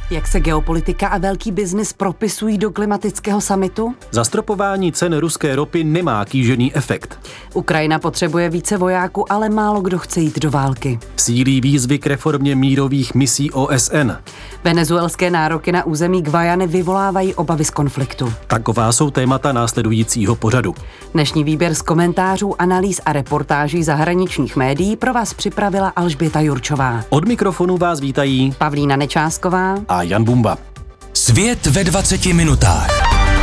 Jak se geopolitika a velký biznis propisují do klimatického summitu? Zastropování cen ruské ropy nemá kýžený efekt. Ukrajina potřebuje více vojáků, ale málo kdo chce jít do války. Sílí výzvy k reformě mírových misí OSN. Venezuelské nároky na území Guajany vyvolávají obavy z konfliktu. Taková jsou témata následujícího pořadu. Dnešní výběr z komentářů, analýz a reportáží zahraničních médií pro vás připravila Alžběta Jurčová. Od mikrofonu vás vítají Pavlína Nečásková a Jan Bumba. Svět ve 20 minutách.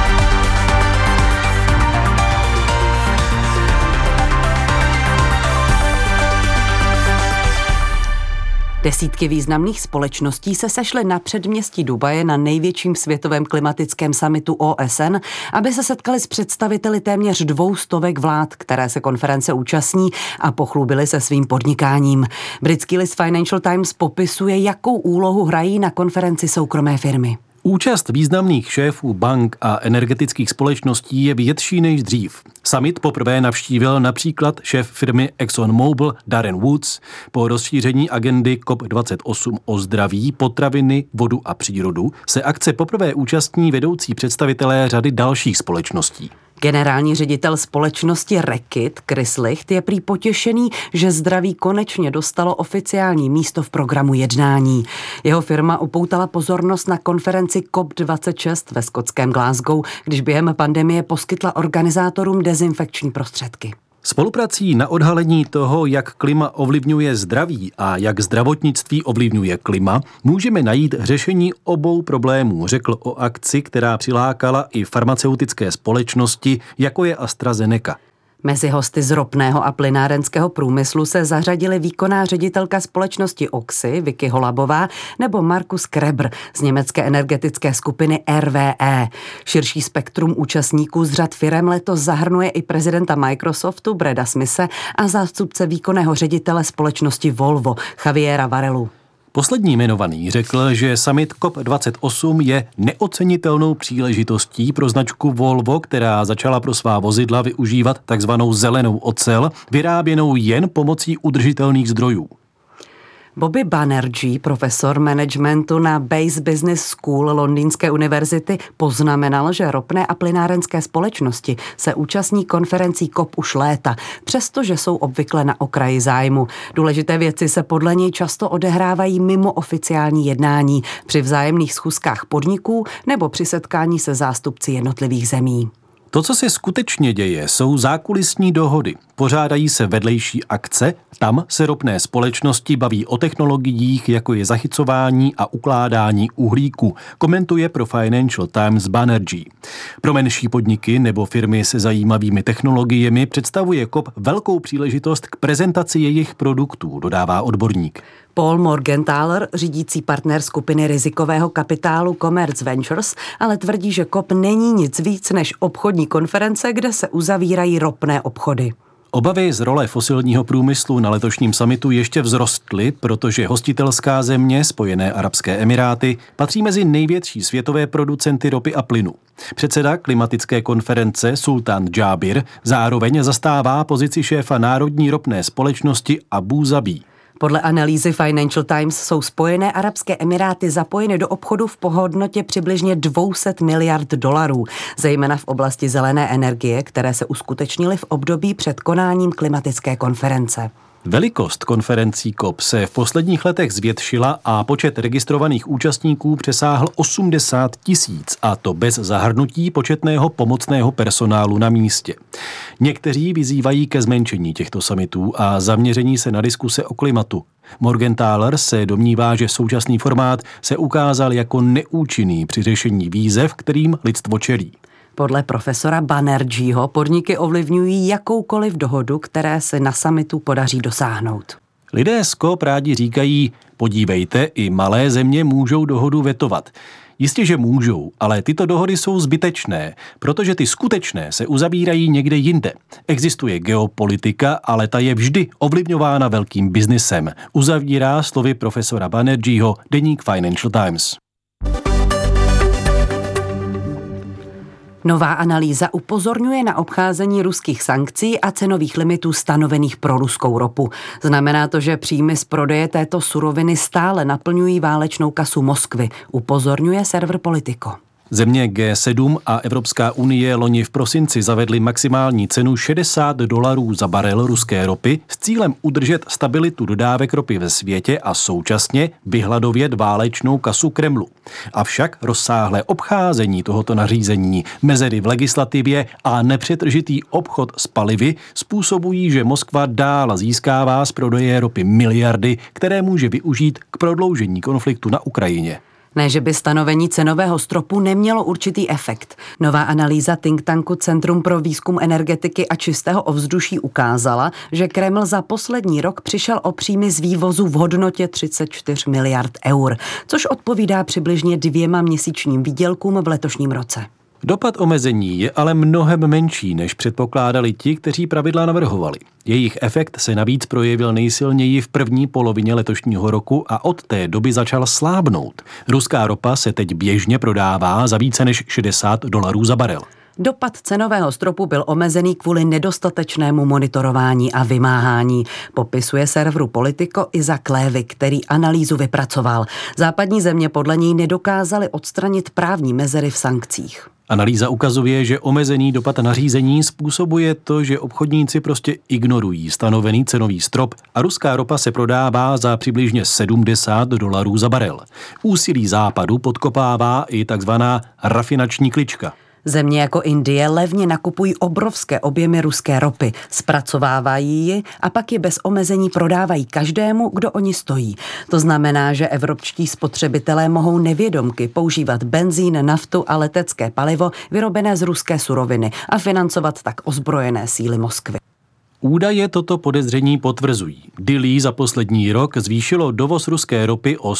Desítky významných společností se sešly na předměstí Dubaje na největším světovém klimatickém summitu OSN, aby se setkali s představiteli téměř 200 vlád, které se konference účastní a pochlubili se svým podnikáním. Britský list Financial Times popisuje, jakou úlohu hrají na konferenci soukromé firmy. Účast významných šéfů bank a energetických společností je větší než dřív. Summit poprvé navštívil například šéf firmy ExxonMobil Darren Woods. Po rozšíření agendy COP28 o zdraví, potraviny, vodu a přírodu se akce poprvé účastní vedoucí představitelé řady dalších společností. Generální ředitel společnosti Reckitt Chris Licht je prý potěšený, že zdraví konečně dostalo oficiální místo v programu jednání. Jeho firma upoutala pozornost na konferenci COP26 ve skotském Glasgow, když během pandemie poskytla organizátorům dezinfekční prostředky. Spoluprací na odhalení toho, jak klima ovlivňuje zdraví a jak zdravotnictví ovlivňuje klima, můžeme najít řešení obou problémů, řekl o akci, která přilákala i farmaceutické společnosti, jako je AstraZeneca. Mezi hosty z ropného a plynárenského průmyslu se zařadili výkonná ředitelka společnosti Oxy Vicky Holabová nebo Markus Krebr z německé energetické skupiny RWE. Širší spektrum účastníků z řad firem letos zahrnuje i prezidenta Microsoftu Brada Smithe a zástupce výkonného ředitele společnosti Volvo Javiera Varelu. Poslední jmenovaný řekl, že summit COP28 je neocenitelnou příležitostí pro značku Volvo, která začala pro svá vozidla využívat takzvanou zelenou ocel, vyráběnou jen pomocí udržitelných zdrojů. Bobby Banerjee, profesor managementu na Base Business School Londýnské univerzity, poznamenal, že ropné a plynárenské společnosti se účastní konferencí COP už léta, přestože jsou obvykle na okraji zájmu. Důležité věci se podle něj často odehrávají mimo oficiální jednání, při vzájemných schůzkách podniků nebo při setkání se zástupci jednotlivých zemí. To, co se skutečně děje, jsou zákulisní dohody. Pořádají se vedlejší akce, tam se ropné společnosti baví o technologiích, jako je zachycování a ukládání uhlíku, komentuje pro Financial Times Banerjee. Pro menší podniky nebo firmy se zajímavými technologiemi představuje COP velkou příležitost k prezentaci jejich produktů, dodává odborník. Paul Morgenthaler, řídící partner skupiny rizikového kapitálu Commerce Ventures, ale tvrdí, že COP není nic víc než obchodní konference, kde se uzavírají ropné obchody. Obavy z role fosilního průmyslu na letošním summitu ještě vzrostly, protože hostitelská země, Spojené arabské emiráty, patří mezi největší světové producenty ropy a plynu. Předseda klimatické konference Sultan Džábir zároveň zastává pozici šéfa národní ropné společnosti Abu Zabí. Podle analýzy Financial Times jsou Spojené arabské emiráty zapojeny do obchodu v hodnotě přibližně 200 miliard dolarů, zejména v oblasti zelené energie, které se uskutečnily v období před konáním klimatické konference. Velikost konferencí COP se v posledních letech zvětšila a počet registrovaných účastníků přesáhl 80 000, a to bez zahrnutí početného pomocného personálu na místě. Někteří vyzývají ke zmenšení těchto summitů a zaměření se na diskuse o klimatu. Morgenthaler se domnívá, že současný formát se ukázal jako neúčinný při řešení výzev, kterým lidstvo čelí. Podle profesora Banerjeeho podniky ovlivňují jakoukoliv dohodu, které se na summitu podaří dosáhnout. Lidé z COP rádi říkají, podívejte, i malé země můžou dohodu vetovat. Jistě, že můžou, ale tyto dohody jsou zbytečné, protože ty skutečné se uzavírají někde jinde. Existuje geopolitika, ale ta je vždy ovlivňována velkým biznisem, uzavírá slovy profesora Banerjeeho deník Financial Times. Nová analýza upozorňuje na obcházení ruských sankcí a cenových limitů stanovených pro ruskou ropu. Znamená to, že příjmy z prodeje této suroviny stále naplňují válečnou kasu Moskvy, upozorňuje server Politico. Země G7 a Evropská unie loni v prosinci zavedly maximální cenu $60 za barel ruské ropy s cílem udržet stabilitu dodávek ropy ve světě a současně vyhladovět válečnou kasu Kremlu. Avšak rozsáhlé obcházení tohoto nařízení, mezery v legislativě a nepřetržitý obchod s palivy způsobují, že Moskva dál získává z prodeje ropy miliardy, které může využít k prodloužení konfliktu na Ukrajině. Ne, že by stanovení cenového stropu nemělo určitý efekt. Nová analýza think tanku Centrum pro výzkum energetiky a čistého ovzduší ukázala, že Kreml za poslední rok přišel o příjmy z vývozu v hodnotě 34 miliard eur, což odpovídá přibližně 2 měsíčním výdělkům v letošním roce. Dopad omezení je ale mnohem menší, než předpokládali ti, kteří pravidla navrhovali. Jejich efekt se navíc projevil nejsilněji v první polovině letošního roku a od té doby začal slábnout. Ruská ropa se teď běžně prodává za více než $60 za barel. Dopad cenového stropu byl omezený kvůli nedostatečnému monitorování a vymáhání, popisuje serveru Politico Isaac Levy, který analýzu vypracoval. Západní země podle něj nedokázaly odstranit právní mezery v sankcích. Analýza ukazuje, že omezený dopad nařízení způsobuje to, že obchodníci prostě ignorují stanovený cenový strop a ruská ropa se prodává za přibližně $70 za barel. Úsilí Západu podkopává i takzvaná rafinační klička. Země jako Indie levně nakupují obrovské objemy ruské ropy, zpracovávají ji a pak ji bez omezení prodávají každému, kdo o ní stojí. To znamená, že evropští spotřebitelé mohou nevědomky používat benzín, naftu a letecké palivo vyrobené z ruské suroviny a financovat tak ozbrojené síly Moskvy. Údaje toto podezření potvrzují. Dillí za poslední rok zvýšilo dovoz ruské ropy o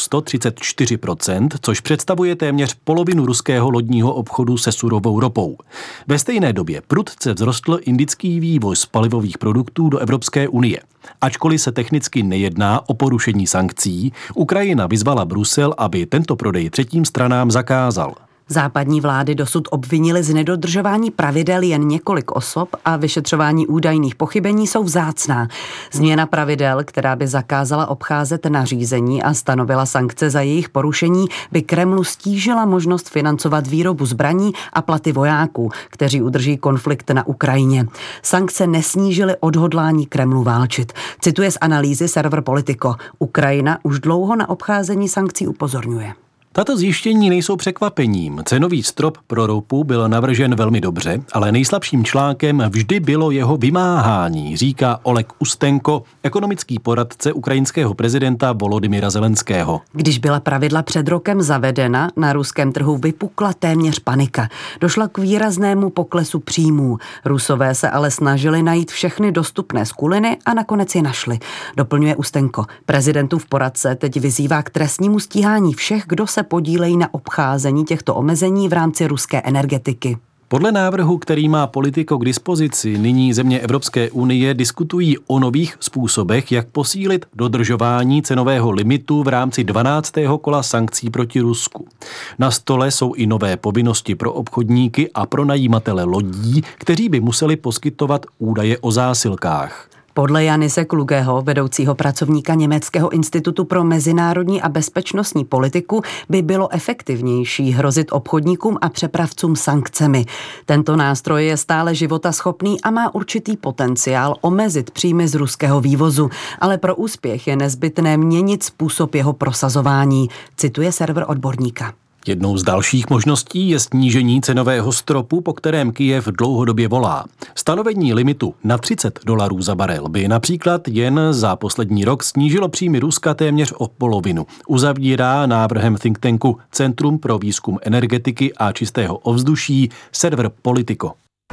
134%, což představuje téměř polovinu ruského lodního obchodu se surovou ropou. Ve stejné době prudce vzrostl indický vývoz palivových produktů do Evropské unie. Ačkoliv se technicky nejedná o porušení sankcí, Ukrajina vyzvala Brusel, aby tento prodej třetím stranám zakázal. Západní vlády dosud obvinily z nedodržování pravidel jen několik osob a vyšetřování údajných pochybení jsou vzácná. Změna pravidel, která by zakázala obcházet nařízení a stanovila sankce za jejich porušení, by Kremlu stížila možnost financovat výrobu zbraní a platy vojáků, kteří udrží konflikt na Ukrajině. Sankce nesnížily odhodlání Kremlu válčit. Cituje z analýzy server Politico. Ukrajina už dlouho na obcházení sankcí upozorňuje. Tato zjištění nejsou překvapením. Cenový strop pro ropu byl navržen velmi dobře, ale nejslabším článkem vždy bylo jeho vymáhání, říká Oleg Ustenko, ekonomický poradce ukrajinského prezidenta Volodymyra Zelenského. Když byla pravidla před rokem zavedena, na ruském trhu vypukla téměř panika. Došla k výraznému poklesu příjmů. Rusové se ale snažili najít všechny dostupné skuliny a nakonec je našli. Doplňuje Ustenko. Prezidentův poradce teď vyzývá k trestnímu stíhání všech, kdo se podílejí na obcházení těchto omezení v rámci ruské energetiky. Podle návrhu, který má Politico k dispozici, nyní země Evropské unie diskutují o nových způsobech, jak posílit dodržování cenového limitu v rámci 12. kola sankcí proti Rusku. Na stole jsou i nové povinnosti pro obchodníky a pronajímatele lodí, kteří by museli poskytovat údaje o zásilkách. Podle Janise Klugeho, vedoucího pracovníka Německého institutu pro mezinárodní a bezpečnostní politiku, by bylo efektivnější hrozit obchodníkům a přepravcům sankcemi. Tento nástroj je stále životaschopný a má určitý potenciál omezit příjmy z ruského vývozu, ale pro úspěch je nezbytné měnit způsob jeho prosazování, cituje server odborníka. Jednou z dalších možností je snížení cenového stropu, po kterém Kyjev dlouhodobě volá. Stanovení limitu na $30 za barel by například jen za poslední rok snížilo příjmy Ruska téměř o polovinu. Uzavírá návrhem think tanku Centrum pro výzkum energetiky a čistého ovzduší server Politico.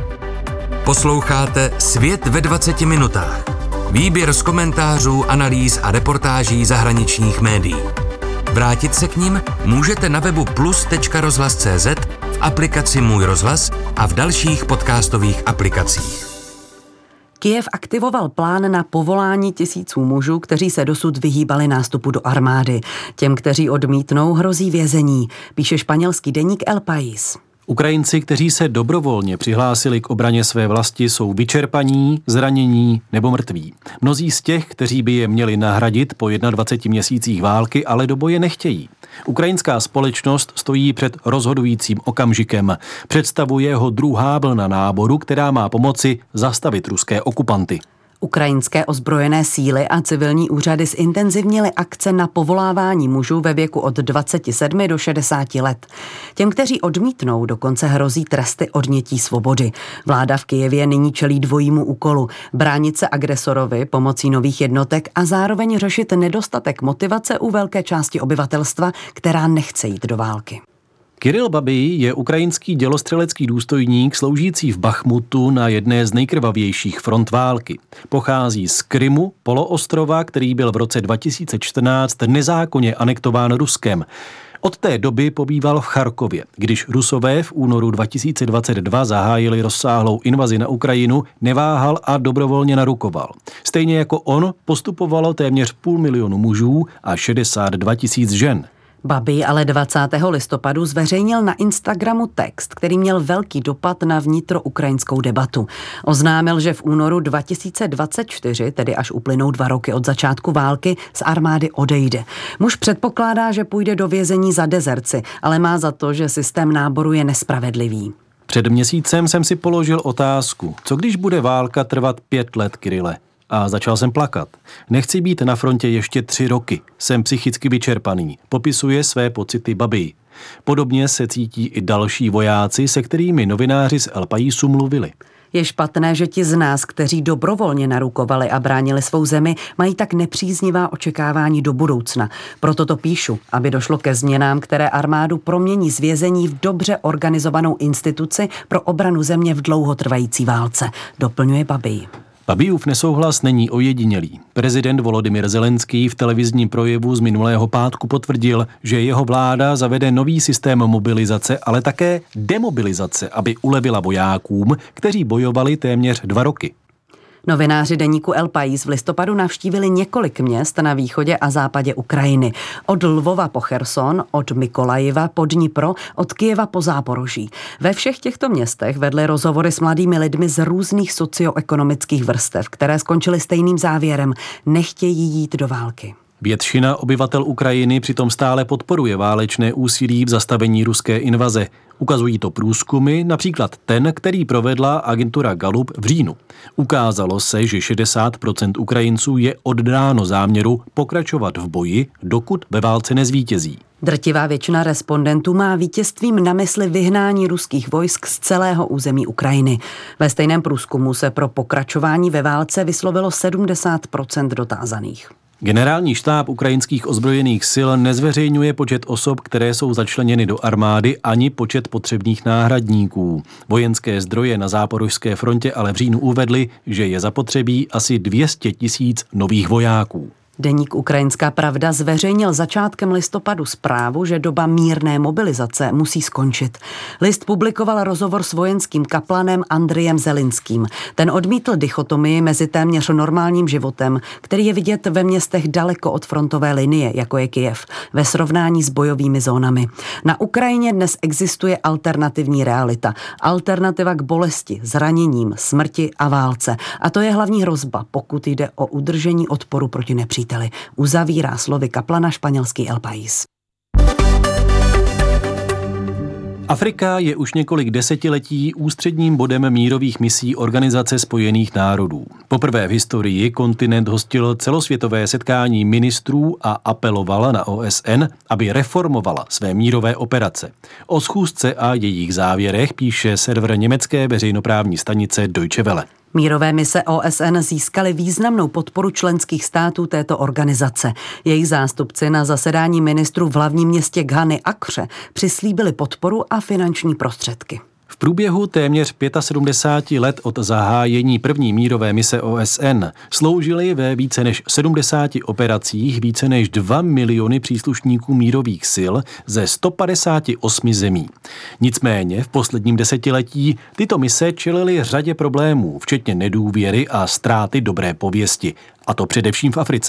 Posloucháte Svět ve 20 minutách. Výběr z komentářů, analýz a reportáží zahraničních médií. Vrátit se k nim můžete na webu plus.rozhlas.cz, v aplikaci Můj rozhlas a v dalších podcastových aplikacích. Kyjev aktivoval plán na povolání tisíců mužů, kteří se dosud vyhýbali nástupu do armády. Těm, kteří odmítnou, hrozí vězení, píše španělský deník El País. Ukrajinci, kteří se dobrovolně přihlásili k obraně své vlasti, jsou vyčerpaní, zranění nebo mrtví. Mnozí z těch, kteří by je měli nahradit po 21 měsících války, ale do boje nechtějí. Ukrajinská společnost stojí před rozhodujícím okamžikem. Představuje ho druhá vlna náboru, která má pomoci zastavit ruské okupanty. Ukrajinské ozbrojené síly a civilní úřady zintenzivnily akce na povolávání mužů ve věku od 27 do 60 let. Těm, kteří odmítnou, dokonce hrozí tresty odnětí svobody. Vláda v Kyjevě nyní čelí dvojímu úkolu: bránit se agresorovi pomocí nových jednotek a zároveň řešit nedostatek motivace u velké části obyvatelstva, která nechce jít do války. Kiril Babij je ukrajinský dělostřelecký důstojník sloužící v Bachmutu na jedné z nejkrvavějších front války. Pochází z Krymu, poloostrova, který byl v roce 2014 nezákonně anektován Ruskem. Od té doby pobýval v Charkově. Když Rusové v únoru 2022 zahájili rozsáhlou invazi na Ukrajinu, neváhal a dobrovolně narukoval. Stejně jako on postupovalo téměř 500 000 mužů a 62 000 žen. Babij ale 20. listopadu zveřejnil na Instagramu text, který měl velký dopad na vnitroukrajinskou debatu. Oznámil, že v únoru 2024, tedy až uplynou 2 roky od začátku války, z armády odejde. Muž předpokládá, že půjde do vězení za dezerci, ale má za to, že systém náboru je nespravedlivý. Před měsícem jsem si položil otázku, co když bude válka trvat 5 let, Kirile? A začal jsem plakat. Nechci být na frontě ještě 3 roky. Jsem psychicky vyčerpaný. Popisuje své pocity Babij. Podobně se cítí i další vojáci, se kterými novináři z El Paisu mluvili. Je špatné, že ti z nás, kteří dobrovolně narukovali a bránili svou zemi, mají tak nepříznivá očekávání do budoucna. Proto to píšu, aby došlo ke změnám, které armádu promění z vězení v dobře organizovanou instituci pro obranu země v dlouhotrvající válce, doplňuje Babij. Babijův nesouhlas není ojedinělý. Prezident Volodymyr Zelenský v televizním projevu z minulého pátku potvrdil, že jeho vláda zavede nový systém mobilizace, ale také demobilizace, aby ulevila vojákům, kteří bojovali téměř 2 roky. Novináři deníku El Pais v listopadu navštívili několik měst na východě a západě Ukrajiny. Od Lvova po Cherson, od Mykolajiva po Dnipro, od Kyjeva po Záporoží. Ve všech těchto městech vedli rozhovory s mladými lidmi z různých socioekonomických vrstev, které skončily stejným závěrem: nechtějí jít do války. Většina obyvatel Ukrajiny přitom stále podporuje válečné úsilí v zastavení ruské invaze. Ukazují to průzkumy, například ten, který provedla agentura Gallup v říjnu. Ukázalo se, že 60% Ukrajinců je oddáno záměru pokračovat v boji, dokud ve válce nezvítězí. Drtivá většina respondentů má vítězstvím na mysli vyhnání ruských vojsk z celého území Ukrajiny. Ve stejném průzkumu se pro pokračování ve válce vyslovilo 70% dotázaných. Generální štáb ukrajinských ozbrojených sil nezveřejňuje počet osob, které jsou začleněny do armády, ani počet potřebných náhradníků. Vojenské zdroje na záporožské frontě ale v říjnu uvedly, že je zapotřebí asi 200 000 nových vojáků. Deník Ukrajinská pravda zveřejnil začátkem listopadu zprávu, že doba mírné mobilizace musí skončit. List publikoval rozhovor s vojenským kaplanem Andrijem Zelinským. Ten odmítl dichotomii mezi téměř normálním životem, který je vidět ve městech daleko od frontové linie, jako je Kyjev, ve srovnání s bojovými zónami. Na Ukrajině dnes existuje alternativní realita. Alternativa k bolesti, zraněním, smrti a válce. A to je hlavní hrozba, pokud jde o udržení odporu proti nepříteli. Uzavírá slovy kaplana španělský El Pais. Afrika je už několik desetiletí ústředním bodem mírových misí Organizace spojených národů. Poprvé v historii kontinent hostil celosvětové setkání ministrů a apeloval na OSN, aby reformovala své mírové operace. O schůzce a jejich závěrech píše server německé veřejnoprávní stanice Deutsche Welle. Mírové mise OSN získaly významnou podporu členských států této organizace. Jejich zástupci na zasedání ministrů v hlavním městě Ghany Accře přislíbili podporu a finanční prostředky. V průběhu téměř 75 let od zahájení první mírové mise OSN sloužili ve více než 70 operacích více než 2 miliony příslušníků mírových sil ze 158 zemí. Nicméně v posledním desetiletí tyto mise čelily řadě problémů, včetně nedůvěry a ztráty dobré pověsti, a to především v Africe.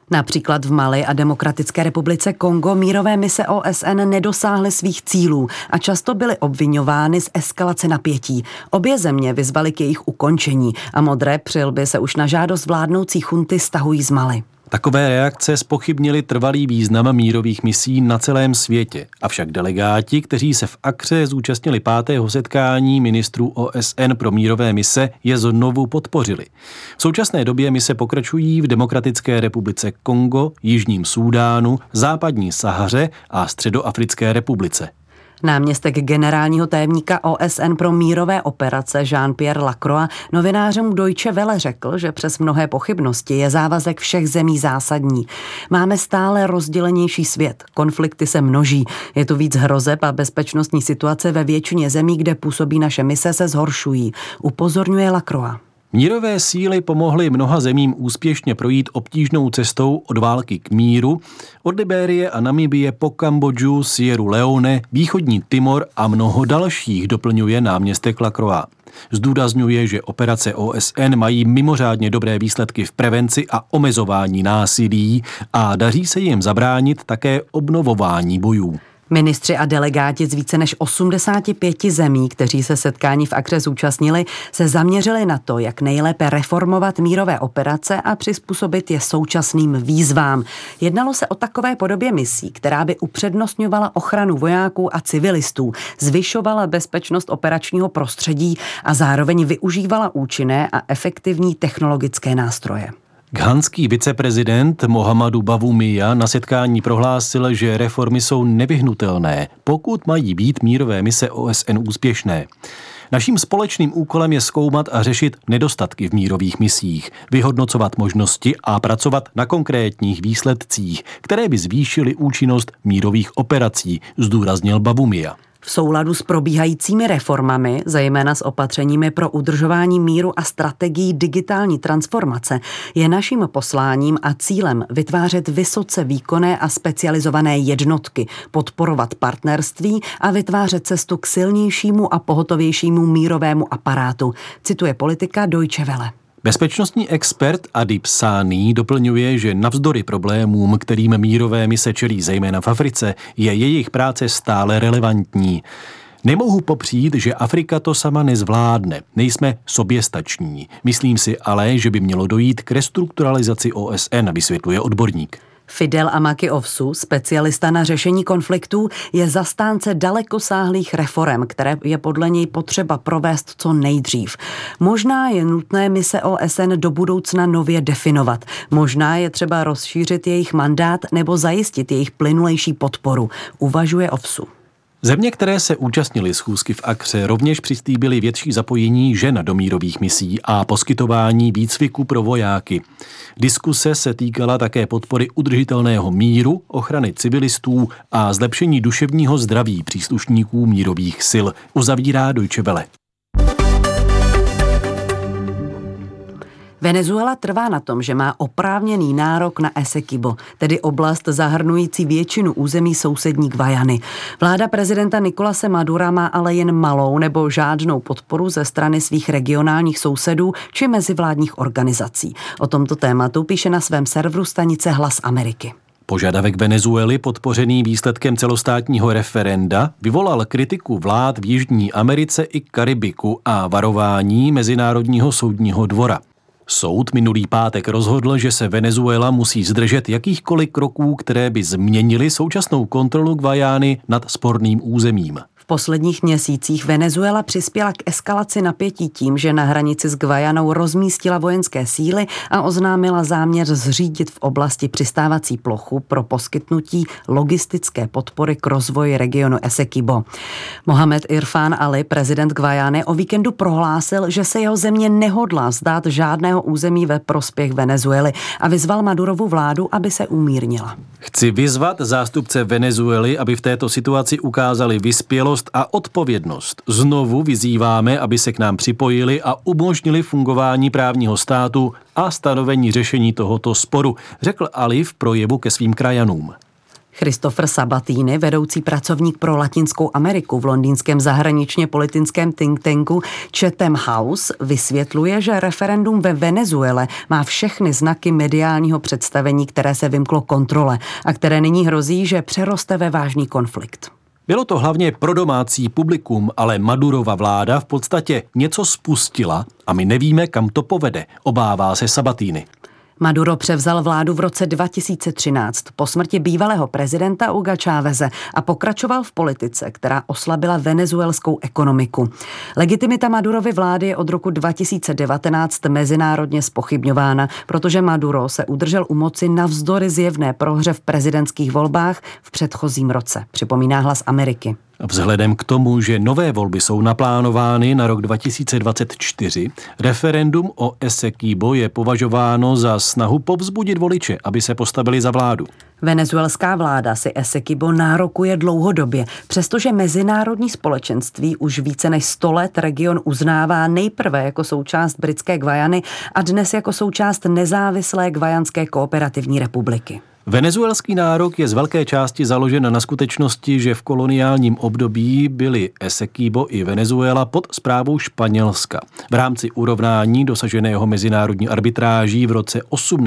Například v Mali a Demokratické republice Kongo mírové mise OSN nedosáhly svých cílů a často byly obviňovány z eskalace napětí. Obě země vyzvaly k jejich ukončení a modré přilby se už na žádost vládnoucí chunty stahují z Mali. Takové reakce zpochybnily trvalý význam mírových misí na celém světě. Avšak delegáti, kteří se v Accře zúčastnili 5. setkání ministrů OSN pro mírové mise, je znovu podpořili. V současné době mise pokračují v Demokratické republice Kongo, Jižním Súdánu, Západní Sahaře a Středoafrické republice. Náměstek generálního tajemníka OSN pro mírové operace Jean-Pierre Lacroix novinářům Deutsche Welle řekl, že přes mnohé pochybnosti je závazek všech zemí zásadní. Máme stále rozdělenější svět, konflikty se množí, je tu víc hrozeb a bezpečnostní situace ve většině zemí, kde působí naše mise, se zhoršují, upozorňuje Lacroix. Mírové síly pomohly mnoha zemím úspěšně projít obtížnou cestou od války k míru, od Libérie a Namibie po Kambodžu, Sierru Leone, východní Timor a mnoho dalších, doplňuje náměstek Lacroix. Zdůrazňuje, že operace OSN mají mimořádně dobré výsledky v prevenci a omezování násilí a daří se jim zabránit také obnovování bojů. Ministři a delegáti z více než 85 zemí, kteří se setkání v Accře zúčastnili, se zaměřili na to, jak nejlépe reformovat mírové operace a přizpůsobit je současným výzvám. Jednalo se o takové podobě misí, která by upřednostňovala ochranu vojáků a civilistů, zvyšovala bezpečnost operačního prostředí a zároveň využívala účinné a efektivní technologické nástroje. Ghanský viceprezident Mohamadu Bawumia na setkání prohlásil, že reformy jsou nevyhnutelné, pokud mají být mírové mise OSN úspěšné. Naším společným úkolem je zkoumat a řešit nedostatky v mírových misích, vyhodnocovat možnosti a pracovat na konkrétních výsledcích, které by zvýšily účinnost mírových operací, zdůraznil Bawumia. V souladu s probíhajícími reformami, zejména s opatřeními pro udržování míru a strategií digitální transformace, je naším posláním a cílem vytvářet vysoce výkonné a specializované jednotky, podporovat partnerství a vytvářet cestu k silnějšímu a pohotovějšímu mírovému aparátu, cituje politika Deutsche Welle. Bezpečnostní expert Adib Sani doplňuje, že navzdory problémům, kterým mírové mise čelí zejména v Africe, je jejich práce stále relevantní. Nemohu popřít, že Afrika to sama nezvládne. Nejsme soběstační. Myslím si ale, že by mělo dojít k restrukturalizaci OSN, vysvětluje odborník. Fidel Amaki Ovsu, specialista na řešení konfliktů, je zastánce dalekosáhlých reforem, které je podle něj potřeba provést co nejdřív. Možná je nutné mise OSN do budoucna nově definovat. Možná je třeba rozšířit jejich mandát nebo zajistit jejich plynulejší podporu, uvažuje Ovsu. Země, které se účastnily schůzky v Accře, rovněž přislíbily větší zapojení žen do mírových misí a poskytování výcviku pro vojáky. Diskuse se týkala také podpory udržitelného míru, ochrany civilistů a zlepšení duševního zdraví příslušníků mírových sil, uzavírá Deutsche Welle. Venezuela trvá na tom, že má oprávněný nárok na Essequibo, tedy oblast zahrnující většinu území sousední Guajany. Vláda prezidenta Nicolase Madura má ale jen malou nebo žádnou podporu ze strany svých regionálních sousedů či mezivládních organizací. O tomto tématu píše na svém serveru stanice Hlas Ameriky. Požadavek Venezuely, podpořený výsledkem celostátního referenda, vyvolal kritiku vlád v Jižní Americe i Karibiku a varování Mezinárodního soudního dvora. Soud minulý pátek rozhodl, že se Venezuela musí zdržet jakýchkoliv kroků, které by změnily současnou kontrolu Guajány nad sporným územím. V posledních měsících Venezuela přispěla k eskalaci napětí tím, že na hranici s Guajanou rozmístila vojenské síly a oznámila záměr zřídit v oblasti přistávací plochu pro poskytnutí logistické podpory k rozvoji regionu Essequibo. Mohamed Irfan Ali, prezident Guajany, o víkendu prohlásil, že se jeho země nehodlá vzdát žádného území ve prospěch Venezuely a vyzval Madurovu vládu, aby se umírnila. Chci vyzvat zástupce Venezuely, aby v této situaci ukázali vyspělost a odpovědnost. Znovu vyzýváme, aby se k nám připojili a umožnili fungování právního státu a stanovení řešení tohoto sporu, řekl Ali v projevu ke svým krajanům. Christopher Sabatini, vedoucí pracovník pro Latinskou Ameriku v londýnském zahraničně politickém think tanku Chatham House, vysvětluje, že referendum ve Venezuele má všechny znaky mediálního představení, které se vymklo kontrole a které nyní hrozí, že přeroste ve vážný konflikt. Bylo to hlavně pro domácí publikum, ale Madurova vláda v podstatě něco spustila a my nevíme, kam to povede, obává se Sabatini. Maduro převzal vládu v roce 2013 po smrti bývalého prezidenta Huga Cháveze a pokračoval v politice, která oslabila venezuelskou ekonomiku. Legitimita Madurovy vlády je od roku 2019 mezinárodně zpochybňována, protože Maduro se udržel u moci navzdory zjevné prohře v prezidentských volbách v předchozím roce, připomíná Hlas Ameriky. Vzhledem k tomu, že nové volby jsou naplánovány na rok 2024, referendum o Essequibo je považováno za snahu povzbudit voliče, aby se postavili za vládu. Venezuelská vláda si Essequibo nárokuje dlouhodobě, přestože mezinárodní společenství už více než 100 let region uznává nejprve jako součást britské Guyany a dnes jako součást nezávislé Guyanské kooperativní republiky. Venezuelský nárok je z velké části založen na skutečnosti, že v koloniálním období byly Essequibo i Venezuela pod správou Španělska. V rámci urovnání dosaženého mezinárodní arbitráží v roce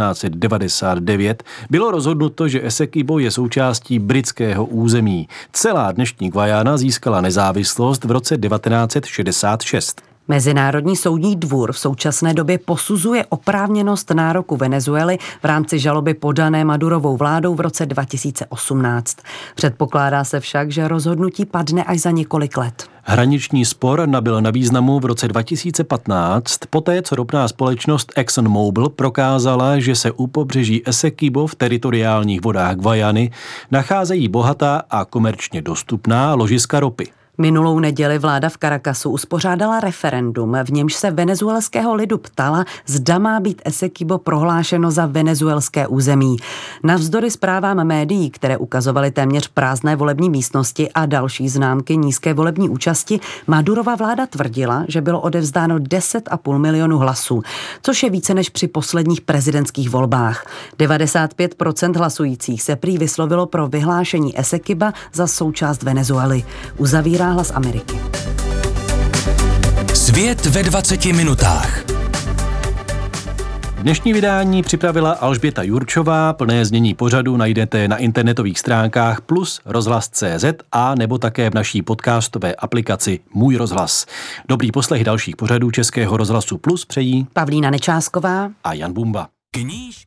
1899 bylo rozhodnuto, že Essequibo je součástí britského území. Celá dnešní Guyana získala nezávislost v roce 1966. Mezinárodní soudní dvůr v současné době posuzuje oprávněnost nároku Venezuely v rámci žaloby podané Madurovou vládou v roce 2018. Předpokládá se však, že rozhodnutí padne až za několik let. Hraniční spor nabyl na významu v roce 2015, poté co ropná společnost ExxonMobil prokázala, že se u pobřeží Essequibo v teritoriálních vodách Guayany nacházejí bohatá a komerčně dostupná ložiska ropy. Minulou neděli vláda v Caracasu uspořádala referendum, v němž se venezuelského lidu ptala, zda má být Essequibo prohlášeno za venezuelské území. Navzdory zprávám médií, které ukazovaly téměř prázdné volební místnosti a další známky nízké volební účasti, Madurova vláda tvrdila, že bylo odevzdáno 10,5 milionu hlasů, což je více než při posledních prezidentských volbách. 95% hlasujících se prý vyslovilo pro vyhlášení Essequiba za součást Venezuely. Uzavírá Hlas Ameriky. Svět ve 20 minutách. Dnešní vydání připravila Alžběta Jurčová, plné znění pořadu najdete na internetových stránkách plus rozhlas.cz a nebo také v naší podcastové aplikaci Můj rozhlas. Dobrý poslech dalších pořadů Českého rozhlasu Plus přejí Pavlína Nečásková a Jan Bumba.